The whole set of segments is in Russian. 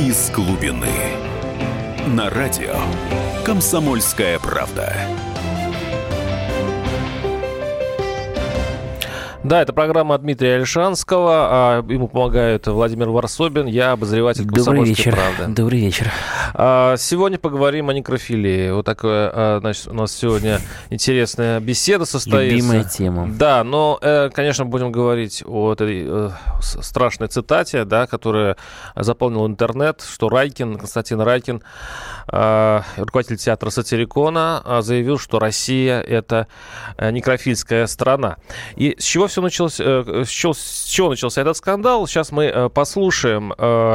Из глубины. На радио «Комсомольская правда». Да, это программа Дмитрия Ольшанского. Ему помогает Владимир Варсобин. Я обозреватель «Комсомольской правды». Добрый вечер. Сегодня поговорим о некрофилии. Вот такая, значит, у нас сегодня интересная беседа состоится. Любимая тема. Да, но, конечно, будем говорить о этой страшной цитате, да, которая заполнила интернет, что Константин Райкин, руководитель театра Сатирикона, заявил, что Россия – это некрофильская страна. И с чего все началось? С чего начался этот скандал? Сейчас мы послушаем,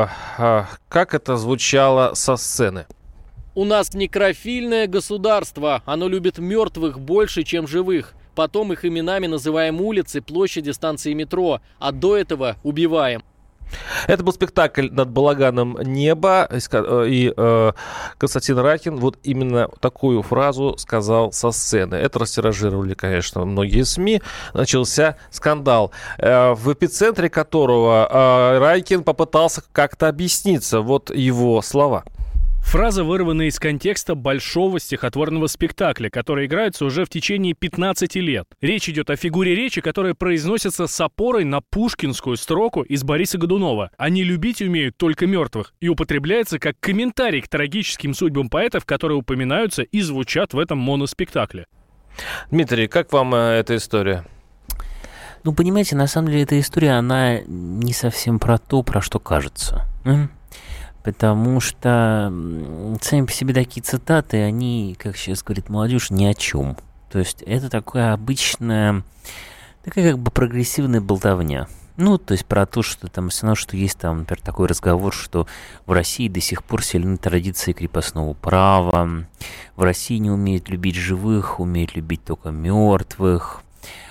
как это звучало со сцены. У нас некрофильное государство. Оно любит мертвых больше, чем живых. Потом их именами называем улицы, площади, станции метро. А до этого убиваем. Это был спектакль «Над балаганом неба», и Константин Райкин вот именно такую фразу сказал со сцены. Это растиражировали, конечно, многие СМИ. Начался скандал, в эпицентре которого Райкин попытался как-то объясниться. Вот его слова. Фраза вырвана из контекста большого стихотворного спектакля, который играется уже в течение 15 лет. Речь идет о фигуре речи, которая произносится с опорой на пушкинскую строку из Бориса Годунова. Они любить умеют только мертвых, и употребляется как комментарий к трагическим судьбам поэтов, которые упоминаются и звучат в этом моноспектакле. Дмитрий, как вам эта история? Ну, понимаете, на самом деле эта история, она не совсем про то, про что кажется. Потому что сами по себе такие цитаты, они, как сейчас говорит молодежь, ни о чем. То есть это такая обычная, такая как бы прогрессивная болтовня. Ну, то есть про то, что там, все равно, что есть там, например, такой разговор, что в России до сих пор сильны традиции крепостного права, в России не умеют любить живых, умеют любить только мертвых,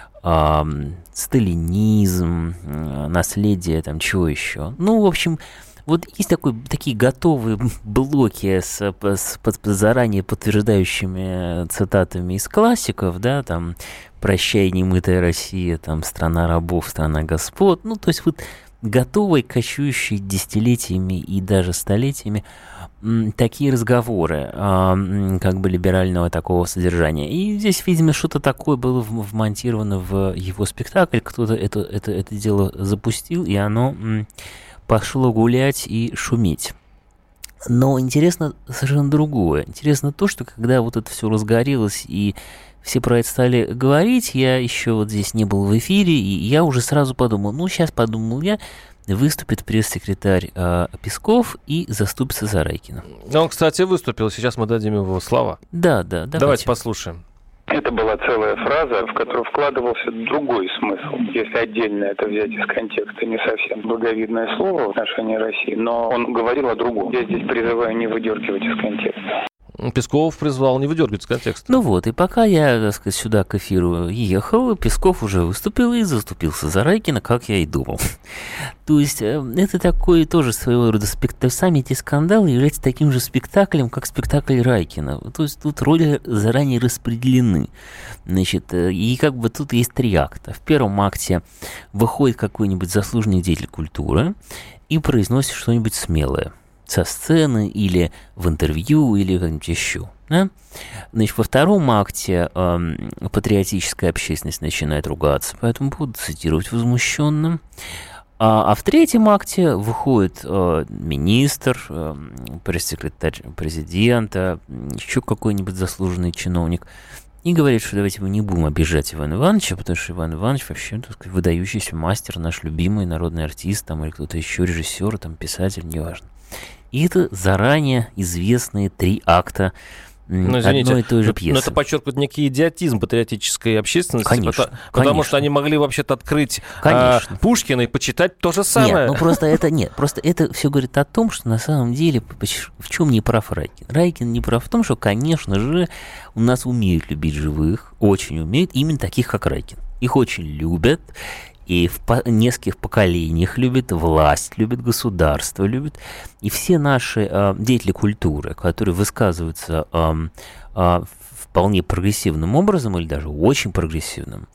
сталинизм, наследие, там, чего еще. Ну, в общем... Вот есть такие готовые блоки с заранее подтверждающими цитатами из классиков, да, там «Прощай, немытая Россия», там «Страна рабов, страна господ». Ну, то есть вот готовые, кочующие десятилетиями и даже столетиями такие разговоры, как бы либерального такого содержания. И здесь, видимо, что-то такое было вмонтировано в его спектакль. Кто-то это дело запустил, и оно... пошло гулять и шуметь. Но интересно совершенно другое. Интересно то, что когда вот это все разгорелось и все про это стали говорить, я еще вот здесь не был в эфире, и я уже сразу подумал, выступит пресс-секретарь Песков и заступится за Райкина. Он, кстати, выступил, сейчас мы дадим его слова. Да, давайте послушаем. Это была целая фраза, в которую вкладывался другой смысл. Если отдельно это взять из контекста, не совсем благовидное слово в отношении России, но он говорил о другом. Я здесь призываю не выдергивать из контекста. Песков призвал не выдергивать из контекста. Ну вот, и пока я, так сказать, сюда к эфиру ехал, Песков уже выступил и заступился за Райкина, как я и думал. То есть это такой тоже своего рода спектакль. Сами эти скандалы являются таким же спектаклем, как спектакль Райкина. То есть тут роли заранее распределены. Значит, и как бы тут есть 3 акта. В первом акте выходит какой-нибудь заслуженный деятель культуры и произносит что-нибудь смелое. Со сцены или в интервью, или как-нибудь еще. Да? Значит, во втором акте патриотическая общественность начинает ругаться, поэтому буду цитировать возмущенно. А в третьем акте выходит министр, пресс-секретарь президента, еще какой-нибудь заслуженный чиновник, и говорит, что давайте мы не будем обижать Ивана Ивановича, потому что Иван Иванович вообще, так сказать, выдающийся мастер, наш любимый народный артист, там, или кто-то еще, режиссер, там, писатель, неважно. И это заранее известные 3 акта одной и той же пьесы. Но это подчеркивает некий идиотизм патриотической общественности, конечно, потому что они могли вообще-то открыть Пушкина и почитать то же самое. Нет, просто это все говорит о том, что на самом деле в чем не прав Райкин. Райкин не прав в том, что, конечно же, у нас умеют любить живых, очень умеют, именно таких, как Райкин. Их очень любят. И в нескольких поколениях любят, власть любит, государство любит. И все наши деятели культуры, которые высказываются вполне прогрессивным образом, или даже очень прогрессивным,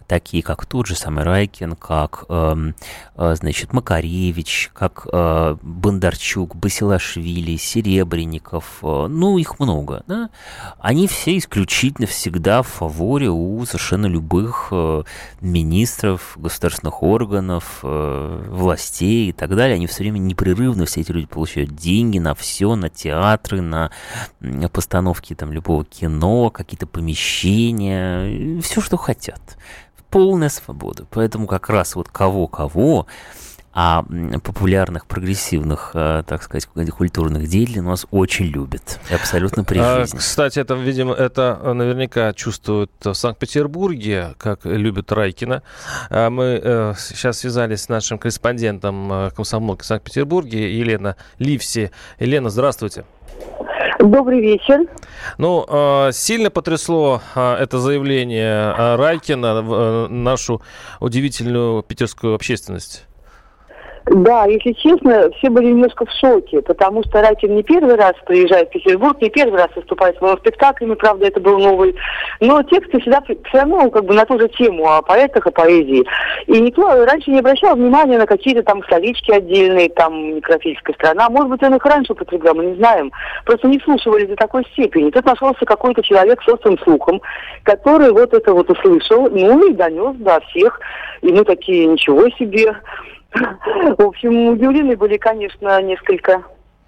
такие как тот же самый Райкин, как, значит, Макаревич, как Бондарчук, Басилашвили, Серебренников, ну, их много, да, они все исключительно всегда в фаворе у совершенно любых министров, государственных органов, властей и так далее. Они все время непрерывно, все эти люди получают деньги на все, на театры, на постановки там любого кино, какие-то помещения, все, что хотят. Полная свобода. Поэтому как раз вот кого-кого, а популярных, прогрессивных, так сказать, культурных деятелей у нас очень любят. И абсолютно при жизни. Кстати, это, видимо, это наверняка чувствуют в Санкт-Петербурге, как любят Райкина. Мы сейчас связались с нашим корреспондентом комсомолки в Санкт-Петербурге, Елена Ливси. Елена, здравствуйте. Добрый вечер. Ну, сильно потрясло это заявление Райкина нашу удивительную питерскую общественность. Да, если честно, все были немножко в шоке, потому что Райкин не первый раз приезжает в Петербург, не первый раз выступает с новым спектаклями, правда, это был новый, но тексты всегда все равно как бы на ту же тему, о поэтах, о поэзии. И никто раньше не обращал внимания на какие-то там словечки отдельные, там некрофильская страна, может быть, он их раньше употреблял, мы не знаем, просто не слушали до такой степени. Тут нашелся какой-то человек с острым слухом, который вот это вот услышал, ну и донес до всех, и мы такие, ничего себе. В общем, удивлены были, конечно, несколько.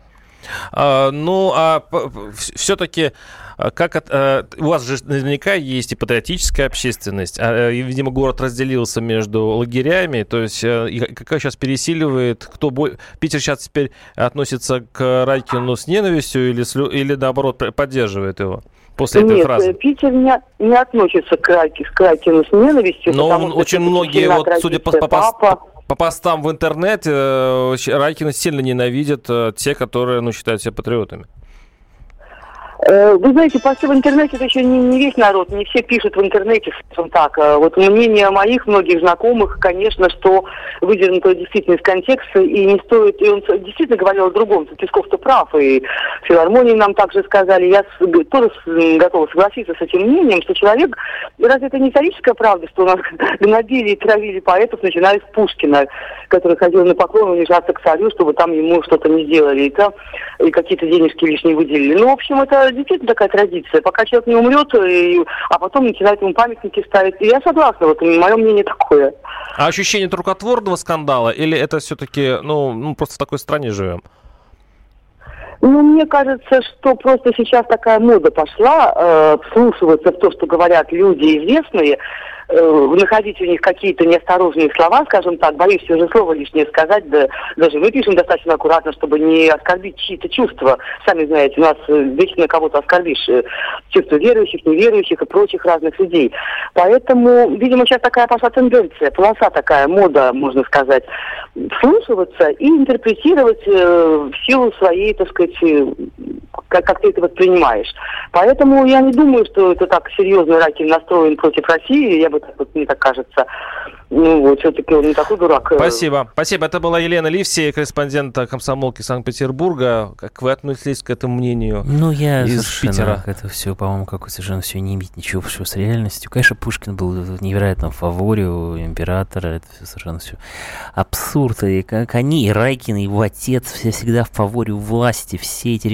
Все-таки, у вас же наверняка есть и патриотическая общественность, и, видимо, город разделился между лагерями, то есть какая сейчас пересиливает, Питер сейчас теперь относится к Райкину с ненавистью или наоборот, поддерживает его? После этой фразы. Питер не относится к Райкину с ненавистью. Но очень многие, вот, судя по постам в интернете, Райкина сильно ненавидят те, которые, считают себя патриотами. Вы знаете, посты в интернете это еще не весь народ, не все пишут в интернете, скажем так. Вот мнение моих многих знакомых, конечно, что выдернуто действительно из контекста, и не стоит, и он действительно говорил о другом. Песков-то прав, и в филармонии нам также сказали. Я тоже готова согласиться с этим мнением, что человек, разве это не историческая правда, что у нас гнобили и травили поэтов, начиная с Пушкина, который ходил на поклон унижаться к царю, чтобы там ему что-то не сделали, и какие-то денежки лишние выделили. Ну, в общем, это действительно такая традиция. Пока человек не умрет, а потом начинают ему памятники ставить. И я согласна, вот мое мнение такое. А ощущение рукотворного скандала, или это все-таки, просто в такой стране живем? Мне кажется, что просто сейчас такая мода пошла вслушиваться в то, что говорят люди известные, находить у них какие-то неосторожные слова, скажем так, боюсь уже слово лишнее сказать, да, даже мы пишем достаточно аккуратно, чтобы не оскорбить чьи-то чувства. Сами знаете, у нас вечно кого-то оскорбишь, чувства верующих, неверующих и прочих разных людей. Поэтому, видимо, сейчас такая пошла тенденция, полоса такая, мода, можно сказать, вслушиваться и интерпретировать в силу своей, так сказать, как ты это воспринимаешь. Поэтому я не думаю, что это так серьезно Райкин настроен против России, я бы так вот, мне так кажется. Все-таки он не такой дурак. Спасибо. Это была Елена Ливси, корреспондент комсомолки Санкт-Петербурга. Как вы относились к этому мнению? Я из Питера? Это все, по-моему, какое-то совершенно все не имеет ничего общего с реальностью. Конечно, Пушкин был невероятно в фаворе у императора. Это все совершенно все абсурд. И как они, и Райкин, и его отец, все всегда в фаворе у власти. Все эти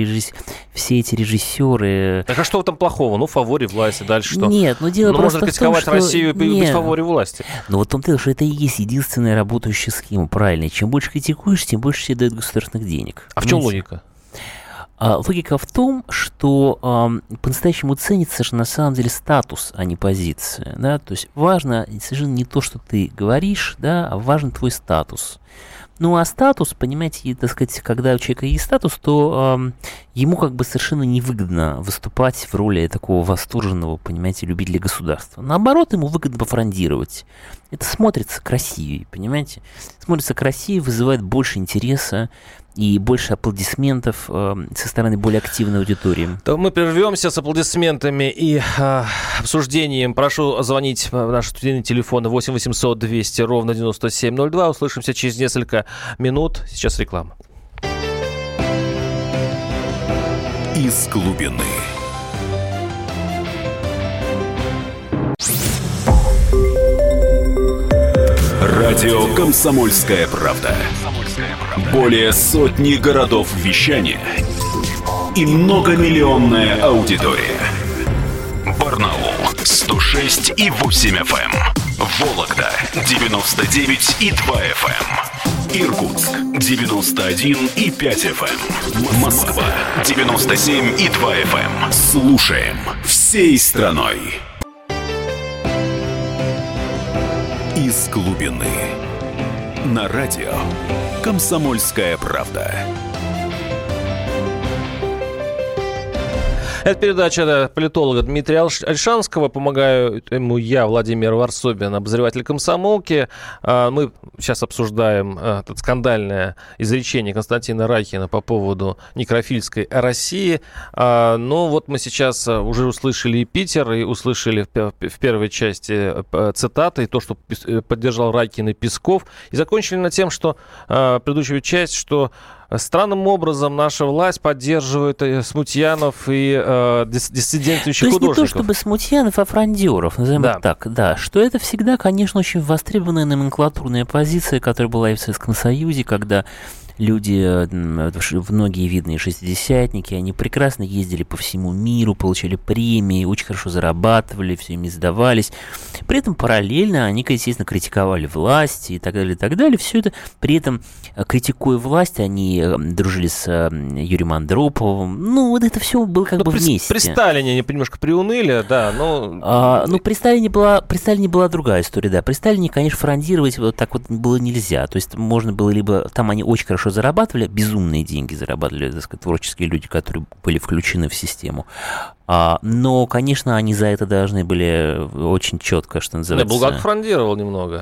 режиссеры. Так а что там плохого? В фаворе власти. Дальше что? Нет, дело просто можно критиковать в том, Россию и быть в фаворе власти. В том-то, что это и есть единственная работающая схема, правильно. Чем больше критикуешь, тем больше тебе дают государственных денег. А в чем логика? Логика в том, что по-настоящему ценится же на самом деле статус, а не позиция. Да? То есть важно совершенно не то, что ты говоришь, да, а важен твой статус. А статус, понимаете, так сказать, когда у человека есть статус, то ему как бы совершенно невыгодно выступать в роли такого восторженного, понимаете, любителя государства. Наоборот, ему выгодно пофрондировать. Это смотрится красивее, понимаете? Смотрится красивее, вызывает больше интереса и больше аплодисментов со стороны более активной аудитории. То мы прервемся с аплодисментами и обсуждением. Прошу звонить в наш студийный телефон 8 800 200 ровно 9702. Услышимся через несколько минут. Сейчас реклама. Из глубины. Радио «Комсомольская правда». Более сотни городов вещания и многомиллионная аудитория. Барнаул 106,8 FM. Вологда 99,2 FM. Иркутск 91,5 FM. Москва 97,2 FM. Слушаем всей страной. Из глубины. На радио «Комсомольская правда». Это передача политолога Дмитрия Ольшанского. Помогаю ему я, Владимир Варсобин, обозреватель «Комсомолки». Мы сейчас обсуждаем это скандальное изречение Константина Райкина по поводу некрофильской России. Ну вот мы сейчас уже услышали и Питер, и услышали в первой части цитаты, и то, что поддержал Райкин и Песков. И закончили на тем, что предыдущую часть, что странным образом наша власть поддерживает смутьянов и диссидентующих художников. То есть не то чтобы смутьянов, а фрондеров, назовем это так. Да, что это всегда, конечно, очень востребованная номенклатурная позиция, которая была и в Советском Союзе, когда люди, многие видные шестидесятники, они прекрасно ездили по всему миру, получали премии, очень хорошо зарабатывали, все им издавались. При этом параллельно они, естественно, критиковали власть и так далее, и так далее. Все это, при этом, критикуя власть, они дружили с Юрием Андроповым. Ну, вот это все было как бы вместе. При Сталине они немножко приуныли, да, но... Ну, при Сталине была другая история, да. При Сталине, конечно, фрондировать вот так вот было нельзя. То есть можно было либо... Там они очень хорошо зарабатывали, безумные деньги зарабатывали, так сказать, творческие люди, которые были включены в систему. Но, конечно, они за это должны были очень четко, что называется... Булгаков фрондировал немного.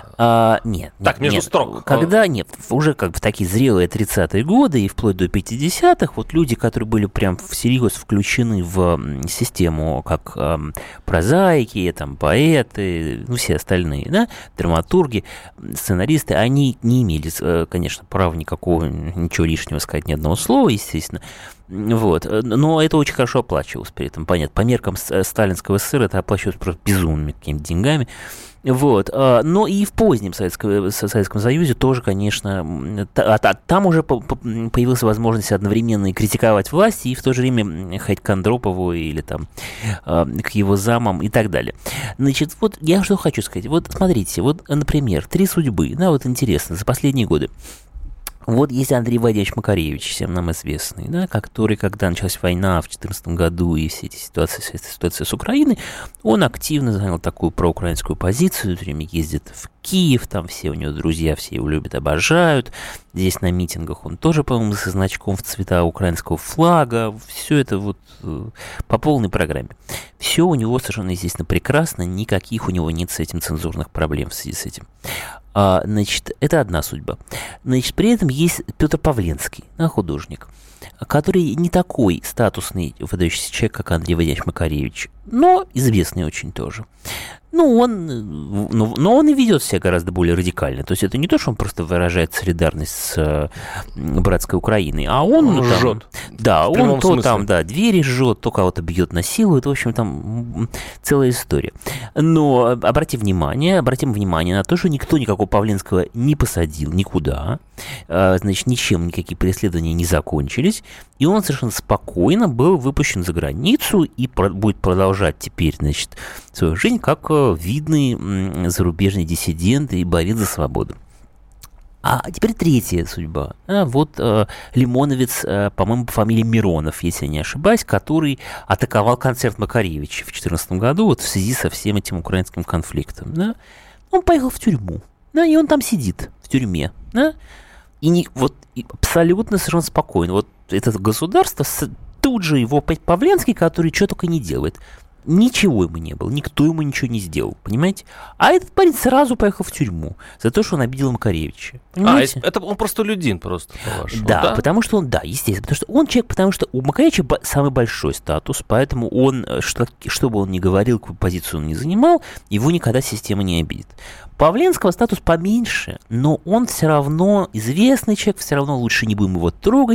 Нет. Так, между строк. Когда, нет, уже как бы такие зрелые 30-е годы и вплоть до 50-х, вот люди, которые были прям всерьез включены в систему, как прозаики, там, поэты, ну, все остальные, да, драматурги, сценаристы, они не имели, конечно, права никакого, ничего лишнего сказать, ни одного слова, естественно. Вот. Но это очень хорошо оплачивалось при этом, понятно. По меркам сталинского СССР это оплачивалось просто безумными какими-то деньгами. Вот. Но и в позднем Советском Союзе тоже, конечно, там уже появилась возможность одновременно и критиковать власть, и в то же время ходить к Андропову или там к его замам и так далее. Значит, вот я что хочу сказать. Вот смотрите, вот, например, «Три судьбы». Да, вот интересно, за последние годы. Вот есть Андрей Владимирович Макаревич, всем нам известный, да, который, когда началась война в 2014 году и все эти ситуации с Украиной, он активно занял такую проукраинскую позицию, все время ездит в Киев, там все у него друзья, все его любят, обожают. Здесь на митингах он тоже, по-моему, со значком в цвета украинского флага. Все это вот по полной программе. Все у него совершенно, естественно, прекрасно, никаких у него нет с этим цензурных проблем в связи с этим. Значит, это одна судьба. Значит, при этом есть Петр Павленский, художник, который не такой статусный, выдающийся человек, как Андрей Владимирович Макаревич, но известный очень тоже. Но он и ведет себя гораздо более радикально. То есть это не то, что он просто выражает солидарность с братской Украиной, а он жжет. Да, он то там, да, двери жжет, то кого-то бьет на силу. Это, в общем, там целая история. Но обратим внимание на то, что никто никакого Павленского не посадил никуда. Значит, ничем никакие преследования не закончились. И он совершенно спокойно был выпущен за границу и будет продолжать теперь, значит, свою жизнь как видный зарубежный диссидент и борец за свободу. А теперь третья судьба. Вот лимоновец, по-моему, по фамилии Миронов, если я не ошибаюсь, который атаковал концерт Макаревича в 2014 году вот в связи со всем этим украинским конфликтом. Да? Он поехал в тюрьму, да, и он там сидит в тюрьме. Да? И абсолютно совершенно спокойно. Вот это государство, тут же его Павленский, который что только не делает. Ничего ему не было, никто ему ничего не сделал, понимаете? А этот парень сразу поехал в тюрьму за то, что он обидел Макаревича. Понимаете? Это он простолюдин просто, по-вашему, да? Потому что он, да, естественно, потому что он человек, потому что у Макаревича самый большой статус, поэтому он, что бы он ни говорил, какую позицию он ни занимал, его никогда система не обидит. Павленского статус поменьше, но он все равно известный человек, все равно лучше не будем его трогать,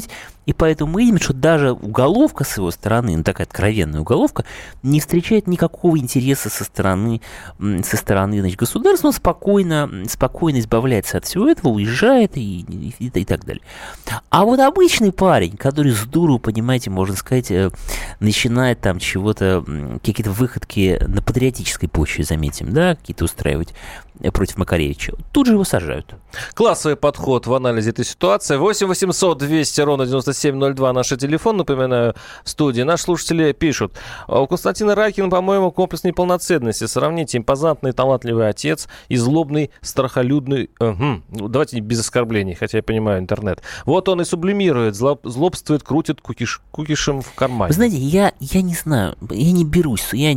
И поэтому мы видим, что даже уголовка с его стороны, такая откровенная уголовка, не встречает никакого интереса со стороны значит, государства. Он спокойно избавляется от всего этого, уезжает и так далее. А вот обычный парень, который с дуру, понимаете, можно сказать, начинает там чего-то, какие-то выходки на патриотической почве, заметим, да, какие-то устраивать против Макаревича, тут же его сажают. Классовый подход в анализе этой ситуации. 8 800 200 ровно 9702 наш телефон, напоминаю, в студии. Наши слушатели пишут: у Константина Райкина, по-моему, комплекс неполноценности. Сравните импозантный, талантливый отец и злобный, страхолюдный... Давайте без оскорблений, хотя я понимаю интернет. Вот он и сублимирует, злобствует, крутит кукишем в кармане. Вы знаете, я не знаю, я не берусь, я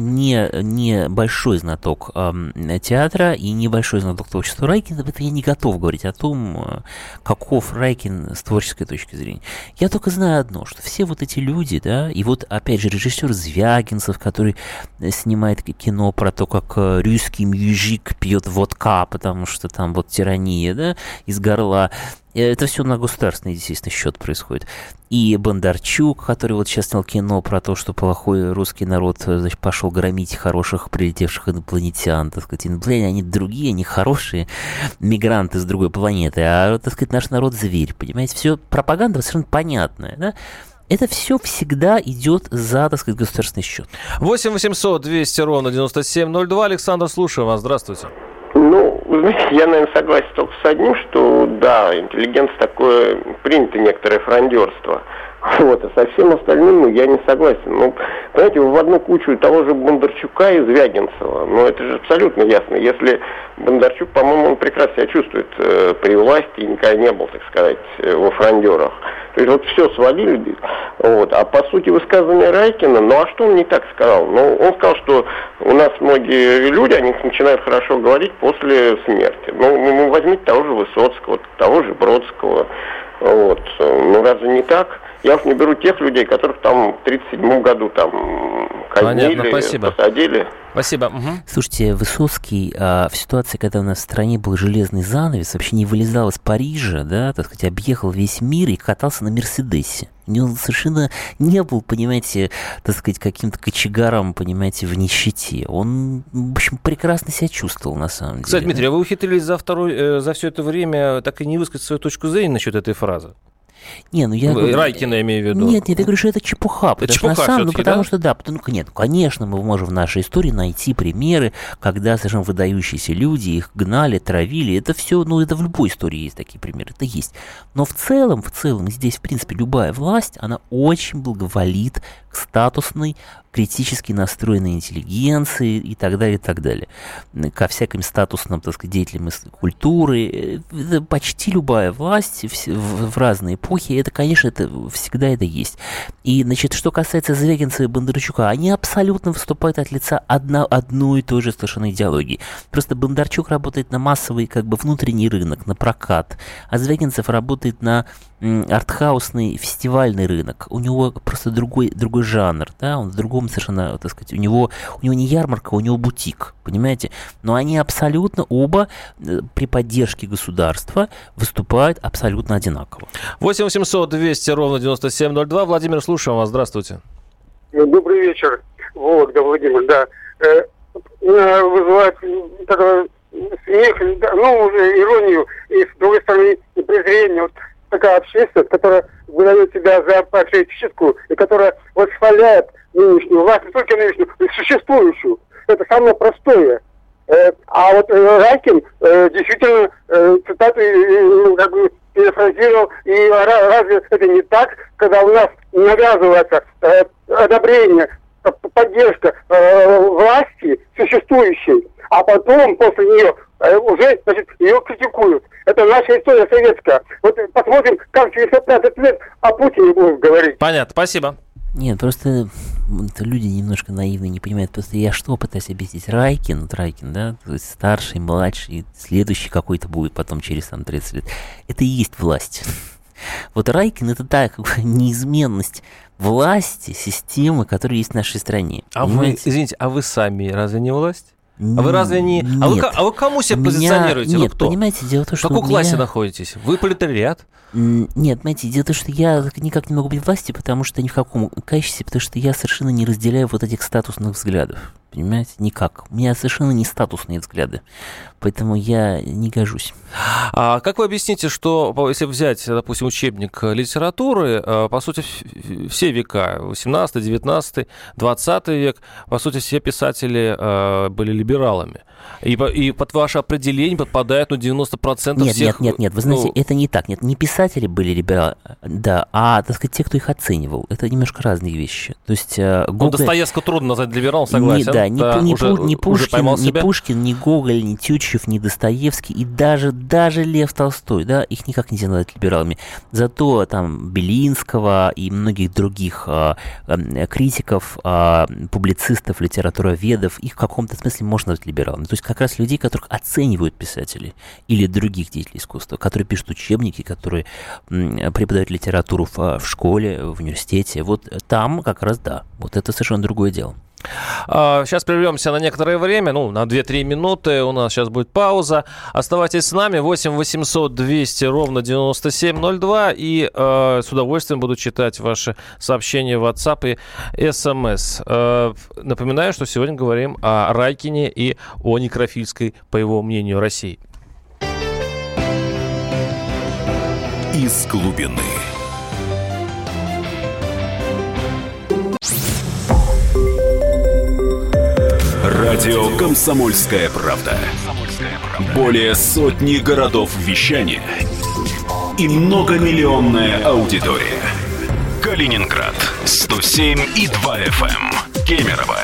не большой знаток театра и не большой знаток творчества Райкина, поэтому я не готов говорить о том, каков Райкин с творческой точки зрения. Я только знаю одно, что все вот эти люди, да, и вот опять же режиссер Звягинцев, который снимает кино про то, как русский мужик пьет водка, потому что там вот тирания, да, из горла. Это все на государственный, естественно, счет происходит. И Бондарчук, который вот сейчас снял кино про то, что плохой русский народ, значит, пошел громить хороших прилетевших инопланетян, так сказать, инопланетяне, они другие, они хорошие мигранты с другой планеты, а, так сказать, наш народ зверь, понимаете, все пропаганда совершенно понятная, да? Это все всегда идет за, так сказать, государственный счет. 8 800 200 ровно 9702. Александр, слушаю вас. Здравствуйте. Ну, вы знаете, я, наверное, согласен только с одним, что, да, интеллигенция такое, принято некоторое фрондерство. Вот, а со всем остальным я не согласен. Ну, понимаете, в одну кучу того же Бондарчука и Звягинцева, ну, это же абсолютно ясно. Если Бондарчук, по-моему, он прекрасно себя чувствует при власти и никогда не был, так сказать, во фрондерах. То есть вот все свалили. Вот. А по сути высказывания Райкина, ну а что он не так сказал? Ну, он сказал, что у нас многие люди, они начинают хорошо говорить после смерти. Ну, возьмите того же Высоцкого, того же Бродского. Вот. Ну, разве не так? Я уж не беру тех людей, которых там в 1937 году там казнили, посадили. Спасибо. Угу. Слушайте, Высоцкий в ситуации, когда у нас в стране был железный занавес, вообще не вылезал из Парижа, да, так сказать, объехал весь мир и катался на Мерседесе. Он совершенно не был, понимаете, так сказать, каким-то кочегаром, понимаете, в нищете. Он, в общем, прекрасно себя чувствовал, на самом деле. Кстати, Дмитрий, а вы ухитрились за все это время так и не высказать свою точку зрения насчет этой фразы? Не, ну я говорю, Райкина, я имею в виду. Нет, я говорю, что это чепуха. Это чепуха все-таки, потому что, да, нет, конечно, мы можем в нашей истории найти примеры, когда совершенно выдающиеся люди их гнали, травили. Это все, ну, это в любой истории есть такие примеры, это есть. Но в целом, здесь, в принципе, любая власть, она очень благоволит к статусной, критически настроенной интеллигенции и так далее, ко всяким статусным, так сказать, деятелям культуры. Это почти любая власть в разные эпохи, это, конечно, это всегда это есть. И, значит, что касается Звягинцева и Бондарчука, они абсолютно выступают от лица одной и той же совершенно идеологии. Просто Бондарчук работает на массовый, как бы, внутренний рынок, на прокат, а Звягинцев работает на артхаусный фестивальный рынок. У него просто другой жанр, да, он в другом совершенно, так сказать, у него не ярмарка, у него бутик, понимаете? Но они абсолютно оба при поддержке государства выступают абсолютно одинаково. 8 800 200 ровно 9702. Владимир, слушаем вас. Здравствуйте. Добрый вечер, Вологда, Владимир, да. Вызывает смех, ну, уже иронию, и, с другой стороны, и презрение. Вот такая общественность, которая выдает себя за патриотическую, и которая восхваляет нынешнюю власть, не только нынешнюю, но и существующую. Это самое простое. А вот Райкин действительно цитаты как бы перефразировал, и разве это не так, когда у нас навязывается одобрение, поддержка власти существующей, а потом после нее уже, значит, ее критикуют. Это наша история советская. Вот посмотрим, как через 15 лет о Путине будем говорить. Понятно, спасибо. Нет, просто люди немножко наивные, не понимают. Просто я что пытаюсь объяснить? Райкин, да, то есть старший, младший, следующий какой-то будет потом через 30 лет. Это и есть власть. Вот Райкин — это та как бы неизменность власти, системы, которая есть в нашей стране. А вы, извините, а вы сами разве не власть? А вы разве не... Нет. А вы кому себя позиционируете? Нет, кто? Понимаете, дело в том, В что какой классе находитесь? Вы пролетариат? Нет, понимаете, дело в том, что я никак не могу быть власти, потому что ни в каком качестве, потому что я совершенно не разделяю вот этих статусных взглядов. Понимаете? Никак. У меня совершенно не статусные взгляды. Поэтому я не гожусь. А как вы объясните, что, если взять, допустим, учебник литературы, по сути, все века, 18, 19, 20 век, по сути, все писатели были либералами. И под ваше определение подпадают 90% всех... Нет, вы знаете, это не так. Нет, не писатели были либералы, да, а, так сказать, те, кто их оценивал. Это немножко разные вещи. То есть... Достоевского трудно назвать либералом, согласен. Ни Пушкин, ни Гоголь, ни Тютчев, ни Достоевский, и даже Лев Толстой, да, их никак нельзя назвать либералами. Зато там Белинского и многих других критиков, публицистов, литературоведов, их в каком-то смысле можно назвать либералами. То есть как раз людей, которых оценивают писатели или других деятелей искусства, которые пишут учебники, которые преподают литературу в школе, в университете. Вот там как раз да, вот это совершенно другое дело. Сейчас прервемся на некоторое время, на 2-3 минуты. У нас сейчас будет пауза. Оставайтесь с нами. 8 800 200 ровно 9702. И с удовольствием буду читать ваши сообщения в WhatsApp и SMS. Напоминаю, что сегодня говорим о Райкине и о некрофильской, по его мнению, России. Из глубины. Радио «Комсомольская правда». Более сотни городов вещания и многомиллионная аудитория. Калининград 107,2 FM, Кемерово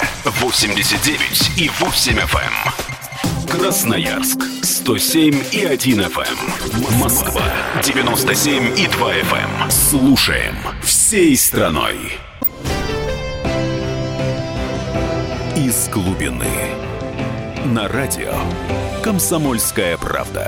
89,8 FM, Красноярск 107,1 FM, Москва 97,2 FM. Слушаем всей страной. Из глубины. На радио «Комсомольская правда».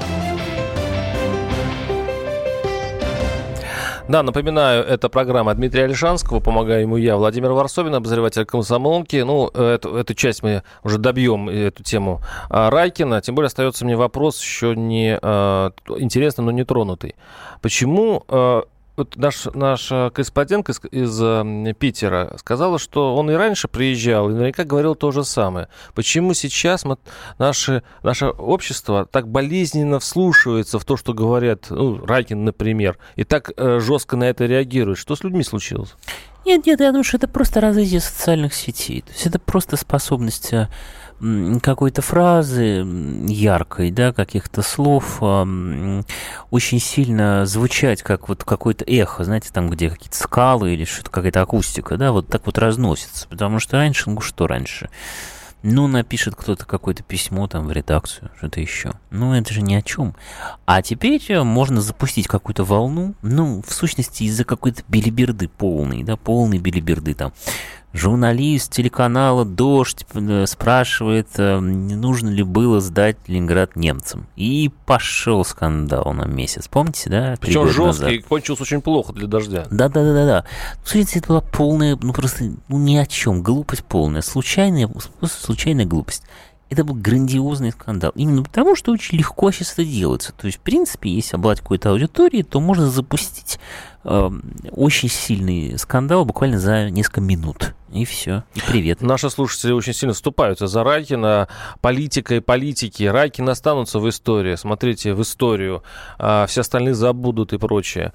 Да, напоминаю, это программа Дмитрия Ольшанского, помогаю ему я, Владимир Варсобин, обозреватель «Комсомолки». Эту часть мы уже добьем, эту тему Райкина. Тем более остается мне вопрос еще не интересный, но не тронутый. Почему... Вот наш корреспондент из Питера сказала, что он и раньше приезжал, и наверняка говорил то же самое. Почему сейчас наше общество так болезненно вслушивается в то, что говорят, Райкин, например, и так жестко на это реагирует? Что с людьми случилось? Нет, я думаю, что это просто развитие социальных сетей. То есть это просто способность какой-то фразы яркой, да, каких-то слов очень сильно звучать, как вот какое-то эхо, знаете, там, где какие-то скалы или что-то, какая-то акустика, да, вот так вот разносится. Потому что раньше, что раньше? Напишет кто-то какое-то письмо там в редакцию, что-то еще. Это же ни о чем. А теперь можно запустить какую-то волну, в сущности, из-за какой-то белиберды полной, да, полной белиберды там. Журналист телеканала «Дождь» спрашивает, не нужно ли было сдать Ленинград немцам. И пошел скандал на месяц. Помните, да? Причем жесткий, кончился очень плохо для «Дождя». Да. Слушайте, это была полная, просто ни о чем, глупость полная, случайная глупость. Это был грандиозный скандал. Именно потому, что очень легко сейчас это делается. То есть, в принципе, если обладать какой-то аудиторией, то можно запустить очень сильный скандал буквально за несколько минут. И все. И привет. Наши слушатели очень сильно вступаются за Райкина. Политика и политики. Райкин останутся в истории. Смотрите, в историю. Все остальные забудут и прочее.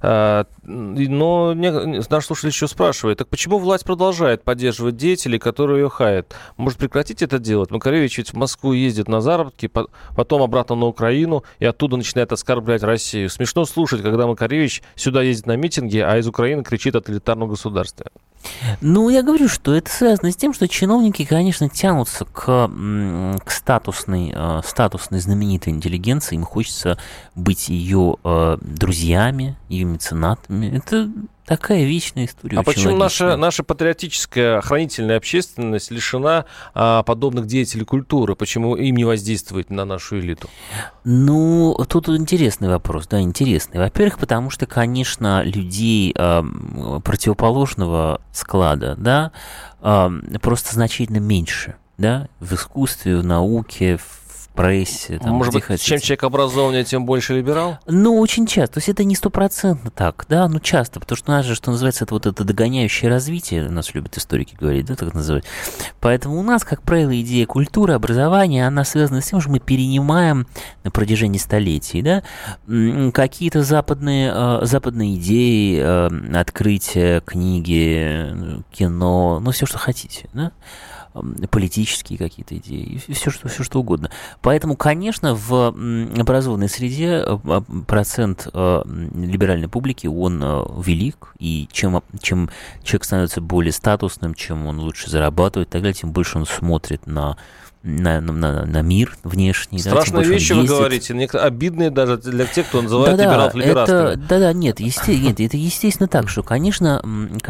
Но наш слушатель еще спрашивает, так почему власть продолжает поддерживать деятелей, которые ее хаят? Может, прекратить это делать? Макаревич ведь в Москву ездит на заработки, потом обратно на Украину, и оттуда начинает оскорблять Россию. Смешно слушать, когда Макаревич сюда ездит на митинги, а из Украины кричит о тоталитарном государстве. Я говорю, что это связано с тем, что чиновники, конечно, тянутся к статусной знаменитой интеллигенции. Им хочется быть ее друзьями, ее меценатами. Это такая вечная история. А почему наша патриотическая охранительная общественность лишена подобных деятелей культуры? Почему им не воздействует на нашу элиту? Тут интересный вопрос, да, интересный. Во-первых, потому что, конечно, людей противоположного склада, да, просто значительно меньше. да, в искусстве, в науке, в прессе. Там, может быть, хотите. чем человек образованнее, тем больше либерал? Ну, очень часто. То есть это не стопроцентно так, да, но часто, потому что у нас же, что называется, это вот это догоняющее развитие, у нас любят историки говорить, да, так называют. Поэтому у нас, как правило, идея культуры, образования, она связана с тем, что мы перенимаем на протяжении столетий, да, какие-то западные идеи, открытия, книги, кино, ну, все, что хотите, да, политические какие-то идеи, все что угодно. Поэтому, конечно, в образованной среде процент либеральной публики, он велик, и чем человек становится более статусным, чем он лучше зарабатывает и так далее, тем больше он смотрит на мир внешний. Страшные вещи вы говорите, обидные даже для тех, кто называет либералов либерастами. Нет, это естественно так, что, конечно,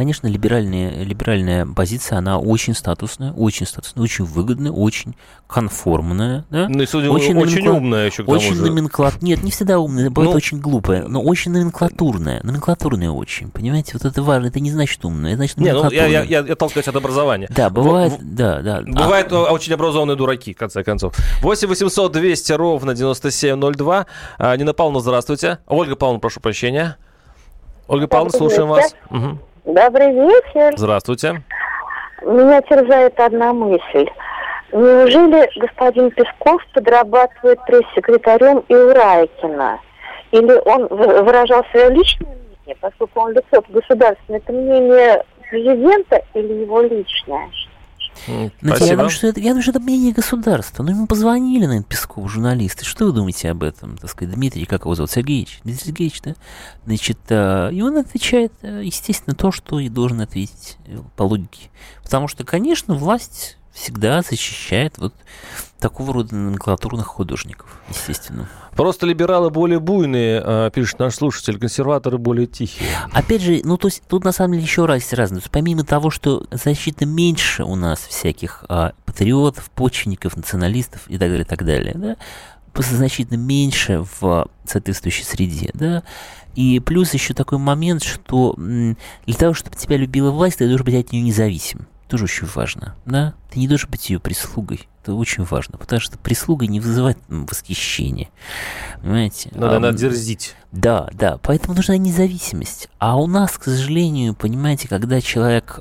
либеральная позиция, она очень статусная, очень выгодная, очень конформная. Да? Ну и, судя, очень умная еще к тому очень же. Нет, не всегда умная, бывает очень глупая, но очень номенклатурная очень, понимаете, вот это важно, это не значит умная, это значит номенклатурная. Я толкаюсь от образования. Да, бывает, Бывают очень образованные дураки, в конце концов. 8 800 200 ровно 9702. Нина Павловна, здравствуйте. Ольга Павловна, прошу прощения. Ольга Павловна, слушаем вас. Угу. Добрый вечер. Здравствуйте. Меня терзает одна мысль. Неужели господин Песков подрабатывает пресс-секретарем и у Райкина? Или он выражал свое личное мнение, поскольку он лицо государственное? Это мнение президента или его личное? Знаете, я думаю, что это мнение государства. Ну, ему позвонили, наверное, Пескову журналисты. Что вы думаете об этом? Так сказать, Дмитрий, как его зовут? Дмитрий Сергеевич, да? Значит, и он отвечает, естественно, то, что и должен ответить по логике. Потому что, конечно, власть всегда защищает вот такого рода номенклатурных художников, естественно. Просто либералы более буйные, пишет наш слушатель, консерваторы более тихие. Опять же, ну, то есть тут на самом деле еще раз есть разница. Помимо того, что значительно меньше у нас всяких патриотов, почвенников, националистов и так далее, да, значительно меньше в соответствующей среде, да, и плюс еще такой момент, что для того, чтобы тебя любила власть, ты должен быть от нее независим. Тоже очень важно, да? Ты не должен быть ее прислугой. Это очень важно, потому что прислуга не вызывает восхищения. Понимаете? Надо дерзить. Да, поэтому нужна независимость. А у нас, к сожалению, понимаете, когда человек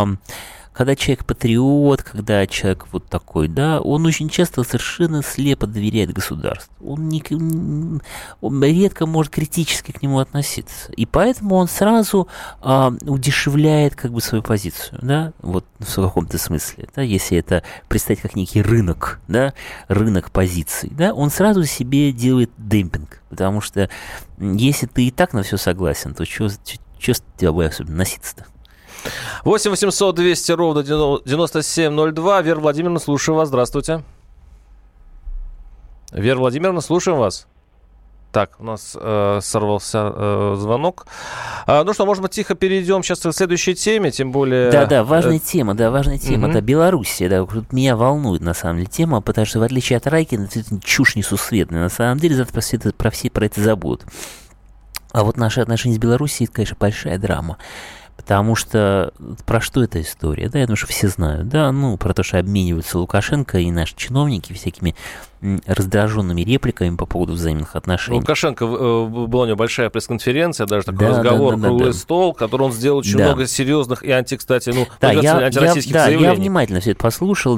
патриот, когда человек вот такой, да, он очень часто совершенно слепо доверяет государству. Он редко может критически к нему относиться. И поэтому он сразу удешевляет как бы свою позицию, да, вот в каком-то смысле, да, если это представить как некий рынок, да, рынок позиций, да, он сразу себе делает демпинг, потому что если ты и так на все согласен, то что с тобой особенно носиться-то? 8 800 200 ровно 9702. Вера Владимировна, слушаю вас. Здравствуйте. Вера Владимировна, слушаем вас. Так, у нас сорвался звонок. Ну что, может быть, тихо перейдем сейчас к следующей теме, тем более... Да, важная тема. Да, Белоруссия, да, меня волнует, на самом деле, тема, потому что, в отличие от Райкина, это чушь несусветная. На самом деле, завтра про это забудут. А вот наши отношения с Белоруссией, это, конечно, большая драма. Потому что про что эта история? Да, я думаю, что все знают. Да, ну, про то, что обмениваются Лукашенко и наши чиновники всякими раздраженными репликами по поводу взаимных отношений. Лукашенко, была у него большая пресс-конференция, даже такой разговор, круглый стол, который он сделал очень много серьезных и антироссийских заявлений. Я внимательно все это послушал,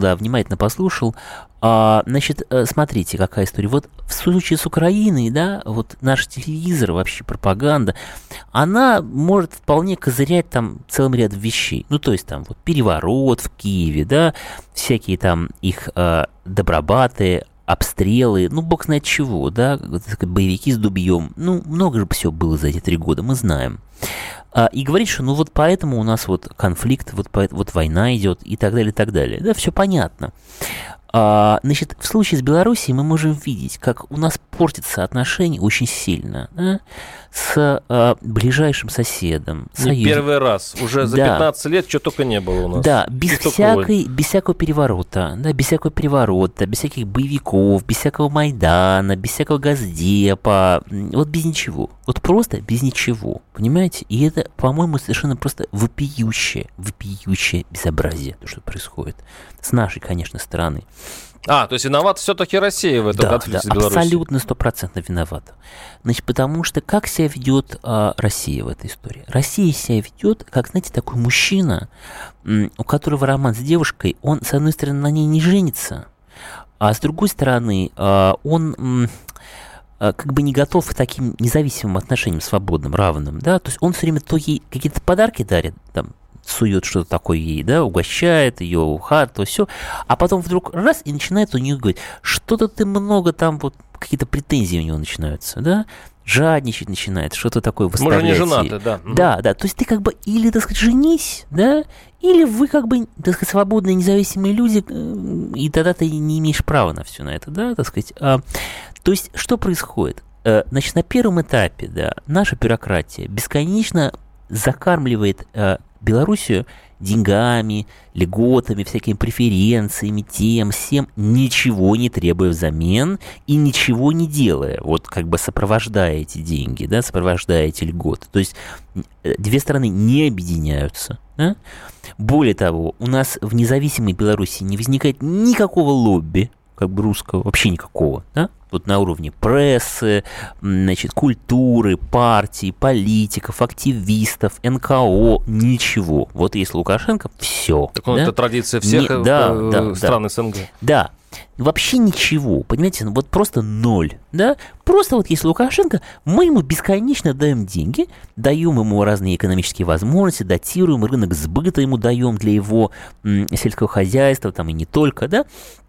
Значит, смотрите, какая история. Вот в случае с Украиной, да, вот наш телевизор, вообще пропаганда, она может вполне козырять там целым рядом вещей. Ну, то есть там вот переворот в Киеве, да, всякие там их добробаты, обстрелы, ну, бог знает чего, да, боевики с дубьем. Ну, много же всего было за эти 3 года, мы знаем. И говорит, что ну вот поэтому у нас вот конфликт, вот война идет и так далее, и так далее. Да, все понятно. Значит, в случае с Белоруссией мы можем видеть, как у нас портятся отношения очень сильно, да, с ближайшим соседом. Не первый раз. Уже за 15 лет что только не было у нас. Да, без всякого переворота, без всяких боевиков, без всякого Майдана, без всякого Госдепа, вот без ничего. Вот просто без ничего, понимаете? понимаете? И это, по-моему, совершенно просто вопиющее безобразие, то, что происходит. С нашей, конечно, стороны. То есть виновата все-таки Россия в этом конфликте с Беларусью? Абсолютно 100% виновата. Значит, потому что как себя ведет Россия в этой истории? Россия себя ведет, как, знаете, такой мужчина, у которого роман с девушкой, он, с одной стороны, на ней не женится, а с другой стороны, он как бы не готов к таким независимым отношениям, свободным, равным, да, то есть он все время то ей какие-то подарки дарит, там, сует что-то такое ей, да, угощает ее, то все, а потом вдруг раз и начинает у нее говорить, что-то ты много там, вот какие-то претензии у него начинаются, да, жадничать начинает, что-то такое выставлять. Мы же не женаты, да. Да, то есть ты как бы или, так сказать, женись, да, или вы как бы, так сказать, свободные, независимые люди, и тогда ты не имеешь права на все на это, да, так сказать. То есть что происходит? Значит, на первом этапе, да, наша бюрократия бесконечно закармливает Белоруссию деньгами, льготами, всякими преференциями, тем, всем, ничего не требуя взамен и ничего не делая, вот как бы сопровождая эти деньги, да, сопровождая эти льготы. То есть две страны не объединяются. Да? Более того, у нас в независимой Беларуси не возникает никакого лобби, как бы русского, вообще никакого, да? Вот на уровне прессы, значит, культуры, партий, политиков, активистов, НКО, ничего. Вот если Лукашенко, все. Так да? Это традиция всех стран СНГ. Да. Вообще ничего, понимаете, вот просто ноль, да, просто вот если Лукашенко, мы ему бесконечно даем деньги, даем ему разные экономические возможности, датируем, рынок сбыта ему даем для его сельского хозяйства, там и не только, да,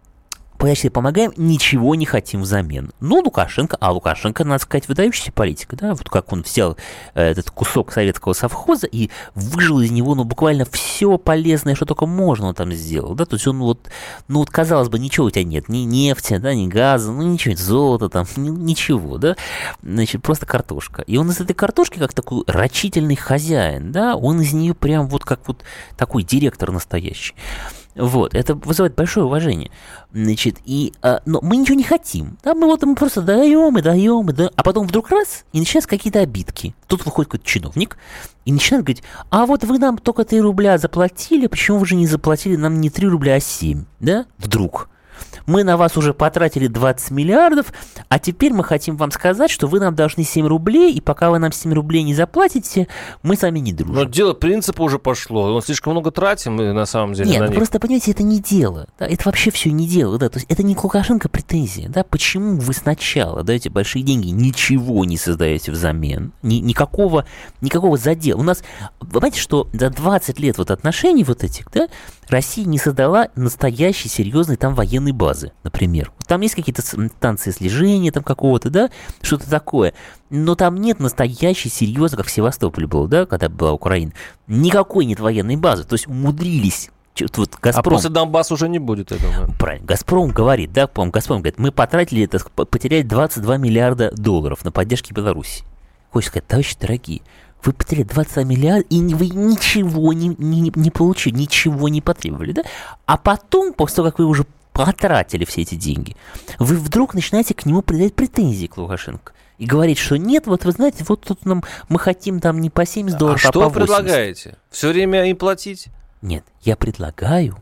почти помогаем, ничего не хотим взамен. Ну, Лукашенко, надо сказать, выдающийся политик, да, вот как он взял этот кусок советского совхоза и выжил из него, ну, буквально все полезное, что только можно он там сделал, да, то есть он вот, ну, вот, казалось бы, ничего у тебя нет, ни нефти, да, ни газа, ну, ничего, золота там, ничего, да, значит, просто картошка. И он из этой картошки, как такой рачительный хозяин, да, он из нее прям вот как вот такой директор настоящий. Вот, это вызывает большое уважение. Значит, но мы ничего не хотим. Да, мы просто даем, а потом вдруг раз, и начинаются какие-то обидки. Тут выходит какой-то чиновник и начинает говорить, а вот вы нам только 3 рубля заплатили, почему вы же не заплатили нам не 3 рубля, а 7? Да? Вдруг. Мы на вас уже потратили 20 миллиардов, а теперь мы хотим вам сказать, что вы нам должны 7 рублей, и пока вы нам 7 рублей не заплатите, мы с вами не дружим. Но дело принципа уже пошло. Он слишком много тратим, мы на самом деле. Нет, просто, понимаете, это не дело. Да, это вообще все не дело. Да, то есть это не к Лукашенко претензия. Да, почему вы сначала даете большие деньги, ничего не создаете взамен, никакого задела. У нас, вы понимаете, что за 20 лет вот отношений вот этих, да, Россия не создала настоящей, серьезной там военной базы, например. Там есть какие-то станции слежения там какого-то, да, что-то такое. Но там нет настоящей, серьезной, как в Севастополе было, да, когда была Украина. Никакой нет военной базы. То есть умудрились. Вот Газпром, а после Донбасса уже не будет этого. Правильно. Газпром говорит, да, по-моему, Газпром говорит, мы потратили, потеряли 22 миллиарда долларов на поддержку Беларуси. Хочется сказать, товарищи дорогие, вы потеряли 22 миллиарда, и вы ничего не получили, ничего не потребовали, да? А потом, после того, как вы уже потратили все эти деньги, вы вдруг начинаете к нему предъявлять претензии к Лукашенко. И говорить, что нет, вот вы знаете, вот тут мы хотим там не по 70 долларов, а по 80. А что вы предлагаете? Все время им платить? Нет, я предлагаю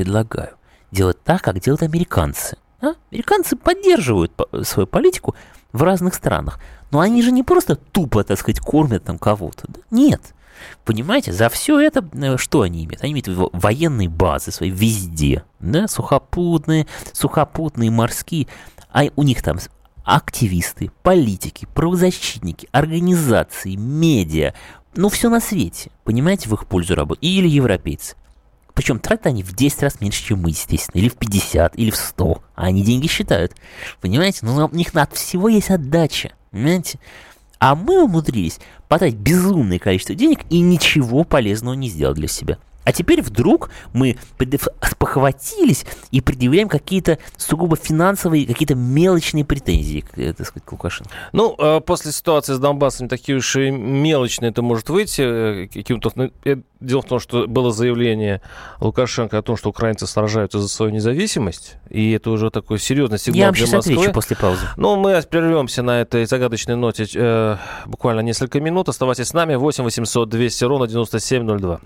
делать так, как делают американцы. А? Американцы поддерживают свою политику в разных странах. Но они же не просто тупо, так сказать, кормят там кого-то. Да? Нет. Понимаете, за все это что они имеют? Они имеют военные базы свои везде. Да? Сухопутные, морские. А у них там активисты, политики, правозащитники, организации, медиа. Ну, все на свете. Понимаете, в их пользу работают. Или европейцы. Причем тратят они в 10 раз меньше, чем мы, естественно. Или в 50, или в 100. А они деньги считают. Понимаете? Ну, у них от всего есть отдача. Понимаете? А мы умудрились потратить безумное количество денег и ничего полезного не сделать для себя. А теперь вдруг мы спохватились и предъявляем какие-то сугубо финансовые, какие-то мелочные претензии, так сказать, к Лукашенко. Ну, после ситуации с Донбассом такие уж и мелочные это может выйти. Дело в том, что было заявление Лукашенко о том, что украинцы сражаются за свою независимость, и это уже такой серьезный сигнал для Москвы. Я вам сейчас отвечу после паузы. Ну, мы прервемся на этой загадочной ноте буквально несколько минут. Оставайтесь с нами. 8 800 200 ровно 9702.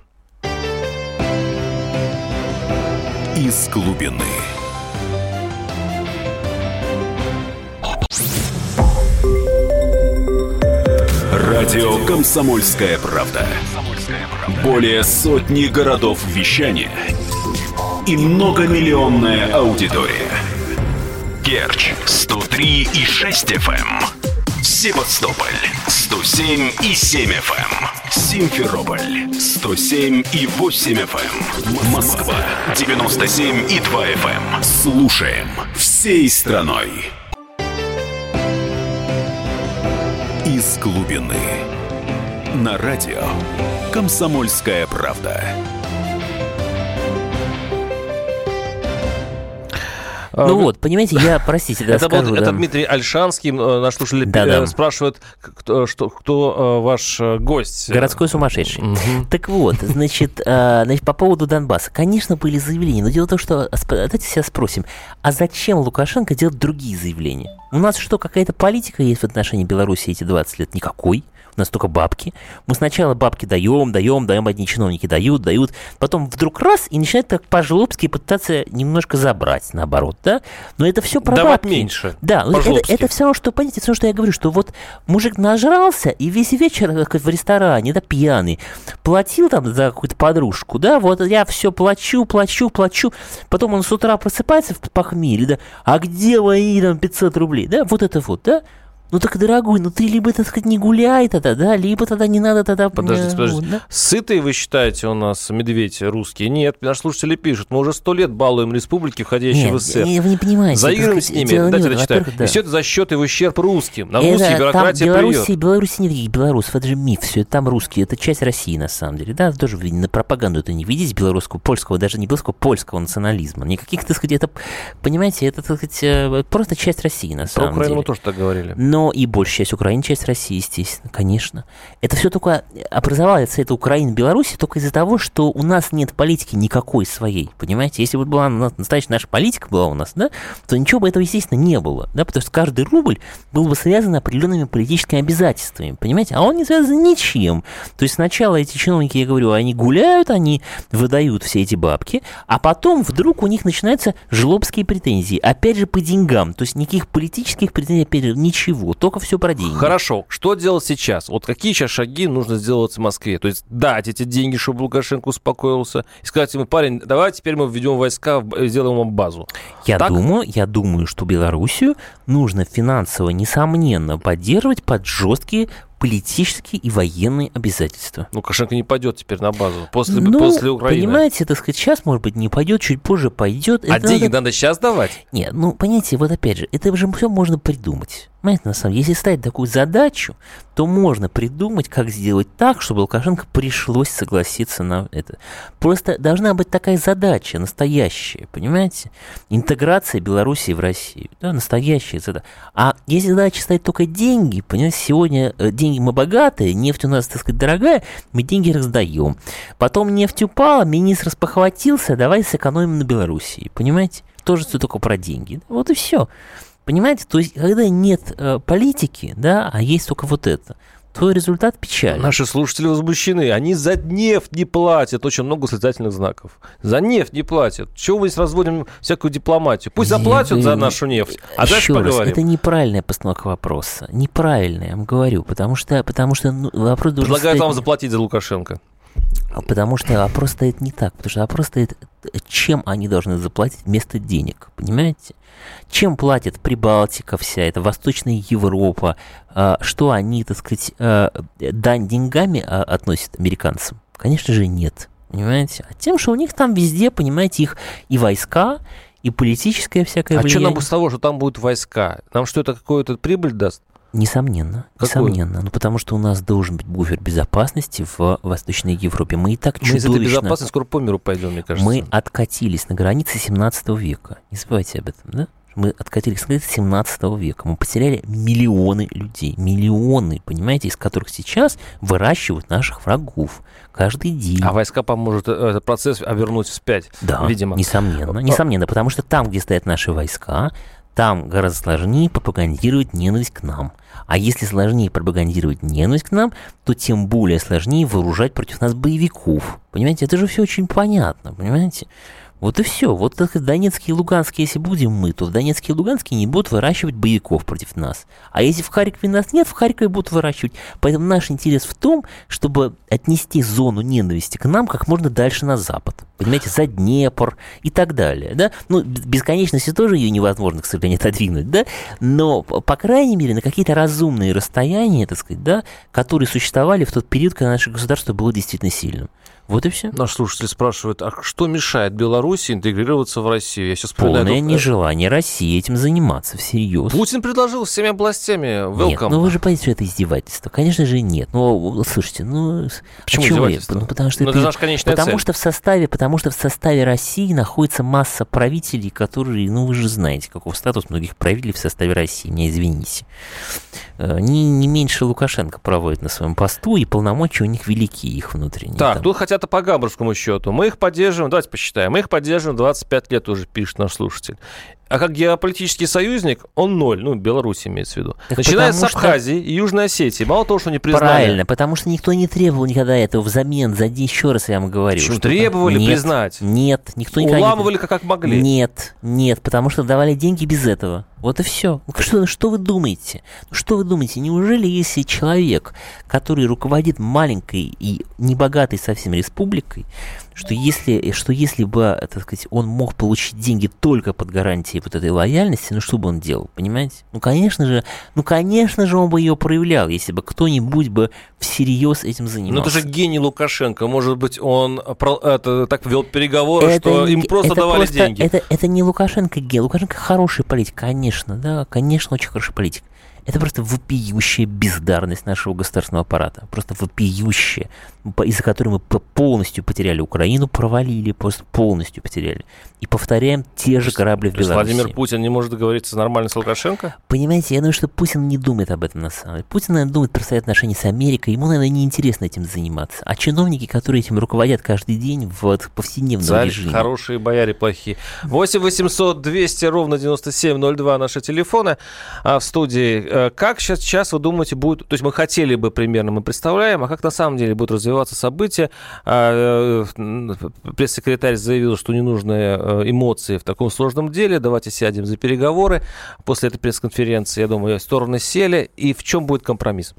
Из глубины. Радио «Комсомольская правда». Более сотни городов вещания и многомиллионная аудитория. Керчь 103,6 FM. Севастополь 107,7 FM. Симферополь 107,8 FM. Москва 97,2 FM. Слушаем всей страной. Из глубины. На радио «Комсомольская правда». Ну вот, понимаете, я, простите, да, скажу. Это Дмитрий Альшанский, наш слушатель спрашивает, кто ваш гость. Городской сумасшедший. Так вот, значит, по поводу Донбасса. Конечно, были заявления, но дело в том, что, давайте себя спросим, а зачем Лукашенко делать другие заявления? У нас что, какая-то политика есть в отношении Беларуси эти 20 лет? Никакой. У нас только бабки. Мы сначала бабки даем, одни чиновники дают, потом вдруг раз, и начинают так по-жлобски пытаться немножко забрать, наоборот, да? Но это все про давать бабки. меньше. Да, это все равно, что, понимаете, все, что я говорю, что вот мужик нажрался, и весь вечер как в ресторане, да, пьяный, платил там за какую-то подружку, да, вот я все плачу, потом он с утра просыпается в похмелье, да, а где мои там 500 рублей, да, вот это вот, да? Ну так, дорогой, ты либо, так сказать, не гуляй тогда, да, либо тогда не надо тогда... Подождите. Да? Сытый, вы считаете, у нас медведь русский? Нет, наши слушатели пишут, мы уже 100 лет балуем республики, входящие в СССР. Нет, вы не понимаете. Заигрываем с ними, дайте дочитаю. Да. И все это за счет и в ущерб русским. Нам русские бюрократия плюет. Беларуси нет никаких белорусов, это же миф, все это там русские, это часть России на самом деле, да, тоже на пропаганду это не видите, белорусского, польского, даже не белорусского, польского национализма. Никаких, так сказать, это, понимаете, это, так сказать, просто часть России на самом деле. Про Украину тоже так говорили. Но и большая часть Украины, часть России, естественно, конечно. Это все только образовалась эта Украина, Беларусь только из-за того, что у нас нет политики никакой своей, понимаете? Если бы была настоящая наша политика была у нас, да, то ничего бы этого, естественно, не было, да, потому что каждый рубль был бы связан определенными политическими обязательствами, понимаете? А он не связан ничем. То есть сначала эти чиновники, я говорю, они гуляют, они выдают все эти бабки, а потом вдруг у них начинаются жлобские претензии, опять же, по деньгам, то есть никаких политических претензий, опять же, ничего, только все про деньги. Хорошо, что делать сейчас? Вот какие сейчас шаги нужно сделать в Москве? То есть дать эти деньги, чтобы Лукашенко успокоился, и сказать ему, парень, давай теперь мы введем войска, сделаем вам базу. Я думаю, что Белоруссию нужно финансово, несомненно, поддерживать под жесткие политические и военные обязательства. Лукашенко не пойдет теперь на базу после Украины. Понимаете, так сказать, сейчас, может быть, не пойдет, чуть позже пойдет. А деньги надо сейчас давать? Нет, понимаете, вот опять же, это же все можно придумать. Понимаете, на самом деле, если ставить такую задачу, то можно придумать, как сделать так, чтобы Лукашенко пришлось согласиться на это. Просто должна быть такая задача, настоящая, понимаете? Интеграция Белоруссии в Россию, да, настоящая задача. А если задача ставить только деньги, понимаете, сегодня деньги мы богатые, нефть у нас, так сказать, дорогая, мы деньги раздаем. Потом нефть упала, министр спохватился, давай сэкономим на Белоруссии, понимаете? Тоже все только про деньги. Вот и все. Понимаете, то есть, когда нет политики, да, а есть только вот это, то результат печальный. Наши слушатели возмущены. Они за нефть не платят. Очень много восклицательных знаков. За нефть не платят. Чего мы здесь разводим всякую дипломатию? Пусть заплатят за нашу нефть, а дальше поговорим. Это неправильная постановка вопроса. Неправильная, я вам говорю. Потому что вопрос должен предлагают вам заплатить за Лукашенко. Потому что вопрос стоит не так. Потому что вопрос стоит, чем они должны заплатить вместо денег. Понимаете? Чем платит Прибалтика вся, это Восточная Европа, что они, так сказать, дань деньгами относят американцам? Конечно же, нет. Понимаете? А тем, что у них там везде, понимаете, их и войска, и политическое всякое влияние. А что нам с того, что там будут войска? Нам что, это какую-то прибыль даст? Несомненно, несомненно. Ну, потому что у нас должен быть буфер безопасности в Восточной Европе. Мы и так чудовищно... Мы из этой безопасности скоро по миру пойдем, мне кажется. Мы откатились на границе 17 века. Не забывайте об этом, да? Мы откатились на границе 17 века. Мы потеряли миллионы людей. Миллионы, понимаете, из которых сейчас выращивают наших врагов каждый день. А войска поможет этот процесс вернуть вспять, да, видимо. Несомненно, потому что там, где стоят наши войска, там гораздо сложнее пропагандировать ненависть к нам. А если сложнее пропагандировать ненависть к нам, то тем более сложнее вооружать против нас боевиков. Понимаете, это же все очень понятно, понимаете? Вот и все. Вот так Донецкие и Луганские, если будем мы, то в Донецке и Луганске не будут выращивать боевиков против нас. А если в Харькове нас нет, в Харькове будут выращивать. Поэтому наш интерес в том, чтобы отнести зону ненависти к нам как можно дальше на запад. Понимаете, за Днепр и так далее. Да? Ну, бесконечности тоже ее невозможно, к сожалению, отодвинуть. Да? Но, по крайней мере, на какие-то разумные расстояния, так сказать, да, которые существовали в тот период, когда наше государство было действительно сильным. Вот и все. Наш слушатель спрашивает, а что мешает Беларуси интегрироваться в Россию? Я сейчас полное нежелание России этим заниматься всерьез. Путин предложил всеми областями welcome. Нет, ну вы же понимаете, что это издевательство. Конечно же нет. Ну, слушайте, ну... Почему издевательство? Ну, потому что это наша конечная цель. Потому что в составе России находится масса правителей, которые, ну вы же знаете, каков статус многих правителей в составе России. Меня извините. Не меньше Лукашенко проводит на своем посту, и полномочия у них великие, их внутренние. Так, тут хотят по гамбургскому счету. Мы их поддерживаем, давайте посчитаем, мы их поддерживаем 25 лет уже, пишет наш слушатель. А как геополитический союзник, он 0, ну, Беларусь имеется в виду. Так начиная с Абхазии и Южной Осетии. Мало того, что не признали. Правильно, потому что никто не требовал никогда этого взамен. Еще раз я вам говорю. Почему требовали признать? Нет, никто никогда уламывали как могли. Нет, потому что давали деньги без этого. Вот и все. Что вы думаете? Что вы думаете? Неужели если человек, который руководит маленькой и небогатой совсем республикой, что если бы, так сказать, он мог получить деньги только под гарантией вот этой лояльности, ну что бы он делал, понимаете? Ну, конечно же, он бы ее проявлял, если бы кто-нибудь бы всерьез этим занимался. Ну, это же гений Лукашенко. Может быть, он так вел переговоры, что им просто давали деньги. Это не Лукашенко гений. Лукашенко хороший политик, конечно, да, конечно, очень хороший политик. Это просто вопиющая бездарность нашего государственного аппарата. Просто вопиющая, из-за которой мы полностью потеряли Украину, провалили, просто полностью потеряли. И повторяем те же корабли в Беларуси. Владимир Путин не может договориться нормально с Лукашенко? Понимаете, я думаю, что Путин не думает об этом на самом деле. Путин, наверное, думает про свои отношения с Америкой. Ему, наверное, неинтересно этим заниматься. А чиновники, которые этим руководят каждый день в повседневном режиме. Хорошие, бояре плохие. 8 800 200 ровно 9702 наши телефоны. А в студии как сейчас вы думаете будет... То есть мы хотели бы примерно, мы представляем, а как на самом деле будут развиваться события? Пресс-секретарь заявил, что не нужны эмоции в таком сложном деле. Давайте сядем за переговоры. После этой пресс-конференции, я думаю, стороны сели. И в чем будет компромисс?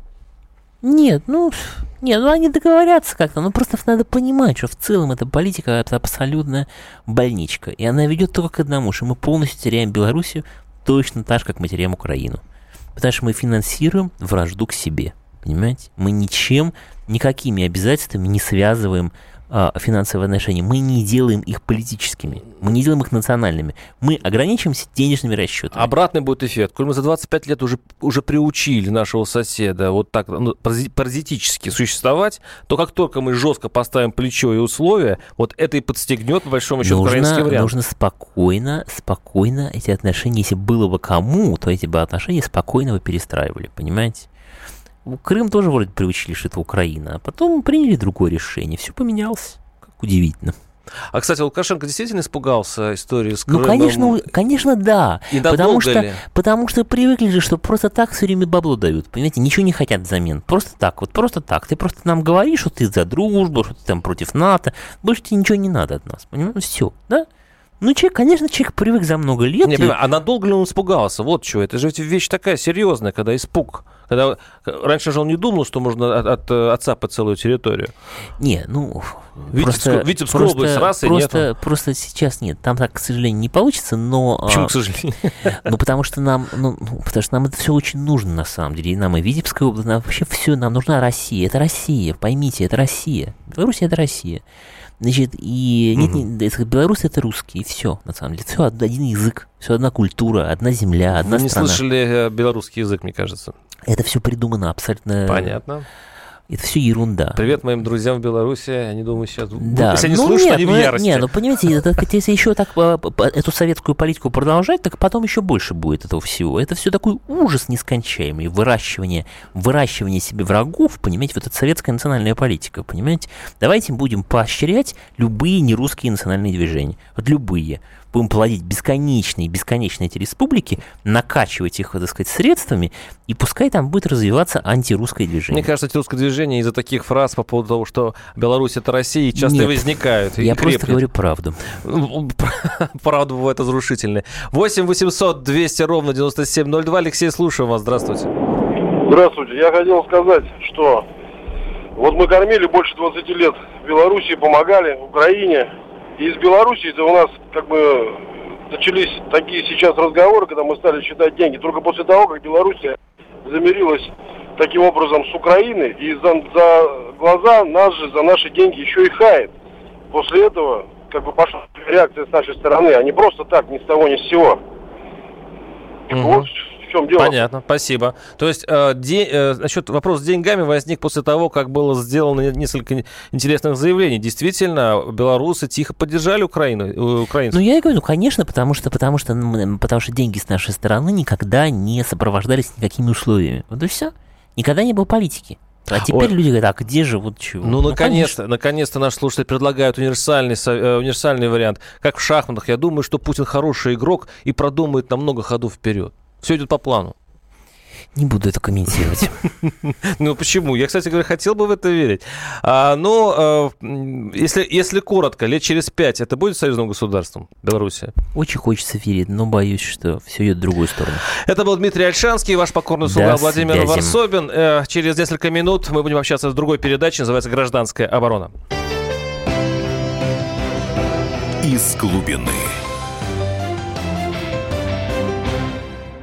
Нет, они договорятся как-то. Просто надо понимать, что в целом эта политика — это абсолютная больничка. И она ведет только к одному, что мы полностью теряем Белоруссию точно так же, как мы теряем Украину. Потому что мы финансируем вражду к себе. Понимаете? Мы никакими обязательствами не связываем финансовые отношения. Мы не делаем их политическими. Мы не делаем их национальными. Мы ограничиваемся денежными расчетами. Обратный будет эффект. Коль мы за 25 лет уже приучили нашего соседа вот так паразитически существовать, то как только мы жестко поставим плечо и условия, вот это и подстегнет, по большому счету, украинский вариант. Нужно спокойно эти отношения, если было бы кому, то эти бы отношения спокойно бы перестраивали, понимаете? Крым тоже вроде приучили, что это Украина, а потом приняли другое решение. Все поменялось. Как удивительно. А, кстати, Лукашенко действительно испугался истории с Крымом? Ну, конечно, да. И потому что привыкли же, что просто так все время бабло дают. Понимаете, ничего не хотят взамен. Просто так. Ты просто нам говоришь, что ты за дружбу, что ты там против НАТО. Больше тебе ничего не надо от нас. Понимаете? Все, да? Ну, человек привык за много лет. А надолго ли он испугался? Вот что. Это же вещь такая серьезная, когда испуг. Раньше же он не думал, что можно отцапать целую территорию. Витебская область раз и нету. Просто сейчас нет. Там так, к сожалению, не получится, но... Почему, к сожалению? Потому что нам это все очень нужно, на самом деле. И нам и Витебская область, нам вообще все, нам нужна Россия. Это Россия, поймите, это Россия. Беларусь — это Россия. Значит, и белорусы — это русские, и все, на самом деле. Все один язык, все одна культура, одна земля, одна страна. Вы не слышали белорусский язык, мне кажется. Это все придумано абсолютно... Понятно. Это все ерунда. Привет моим друзьям в Беларуси. Они думают сейчас... Да. Если они слушают, они в ярости. Не, понимаете, если еще так эту советскую политику продолжать, так потом еще больше будет этого всего. Это все такой ужас нескончаемый. Выращивание себе врагов, понимаете, вот это советская национальная политика, понимаете. Давайте будем поощрять любые нерусские национальные движения. Вот любые. Будем плодить бесконечные эти республики, накачивать их, так сказать, средствами, и пускай там будет развиваться антирусское движение. Мне кажется, антирусское движение из-за таких фраз по поводу того, что Беларусь — это Россия, часто возникают. Я просто говорю правду. Правда бывает разрушительная. 8 800 200 ровно 9702. Алексей, слушаю вас. Здравствуйте. Здравствуйте. Я хотел сказать, что вот мы кормили больше 20 лет в Беларуси, помогали Украине. И из Беларуси у нас как бы начались такие сейчас разговоры, когда мы стали считать деньги. Только после того, как Белоруссия замирилась таким образом с Украиной, и за глаза нас же за наши деньги еще и хает. После этого как бы пошла реакция с нашей стороны, а не просто так, ни с того, ни с сего. Вот в чем дело. Понятно, спасибо. То есть насчет вопрос с деньгами возник после того, как было сделано несколько интересных заявлений. Действительно, белорусы тихо поддержали украинцев. Ну, я и говорю, конечно, потому что деньги с нашей стороны никогда не сопровождались никакими условиями. Вот и все. Никогда не было политики. А теперь люди говорят, а где же вот чего? Наконец-то наши слушатели предлагают универсальный вариант. Как в шахматах. Я думаю, что Путин хороший игрок и продумает на много ходов вперед. Все идет по плану. Не буду это комментировать. Ну, почему? Я, кстати говоря, хотел бы в это верить. Если коротко, лет через 5 это будет союзным государством Белоруссия? Очень хочется верить, но боюсь, что все идет в другую сторону. Это был Дмитрий Ольшанский, ваш покорный слуга Владимир Варсобин. Через несколько минут мы будем общаться с другой передачей, называется «Гражданская оборона». Из глубины.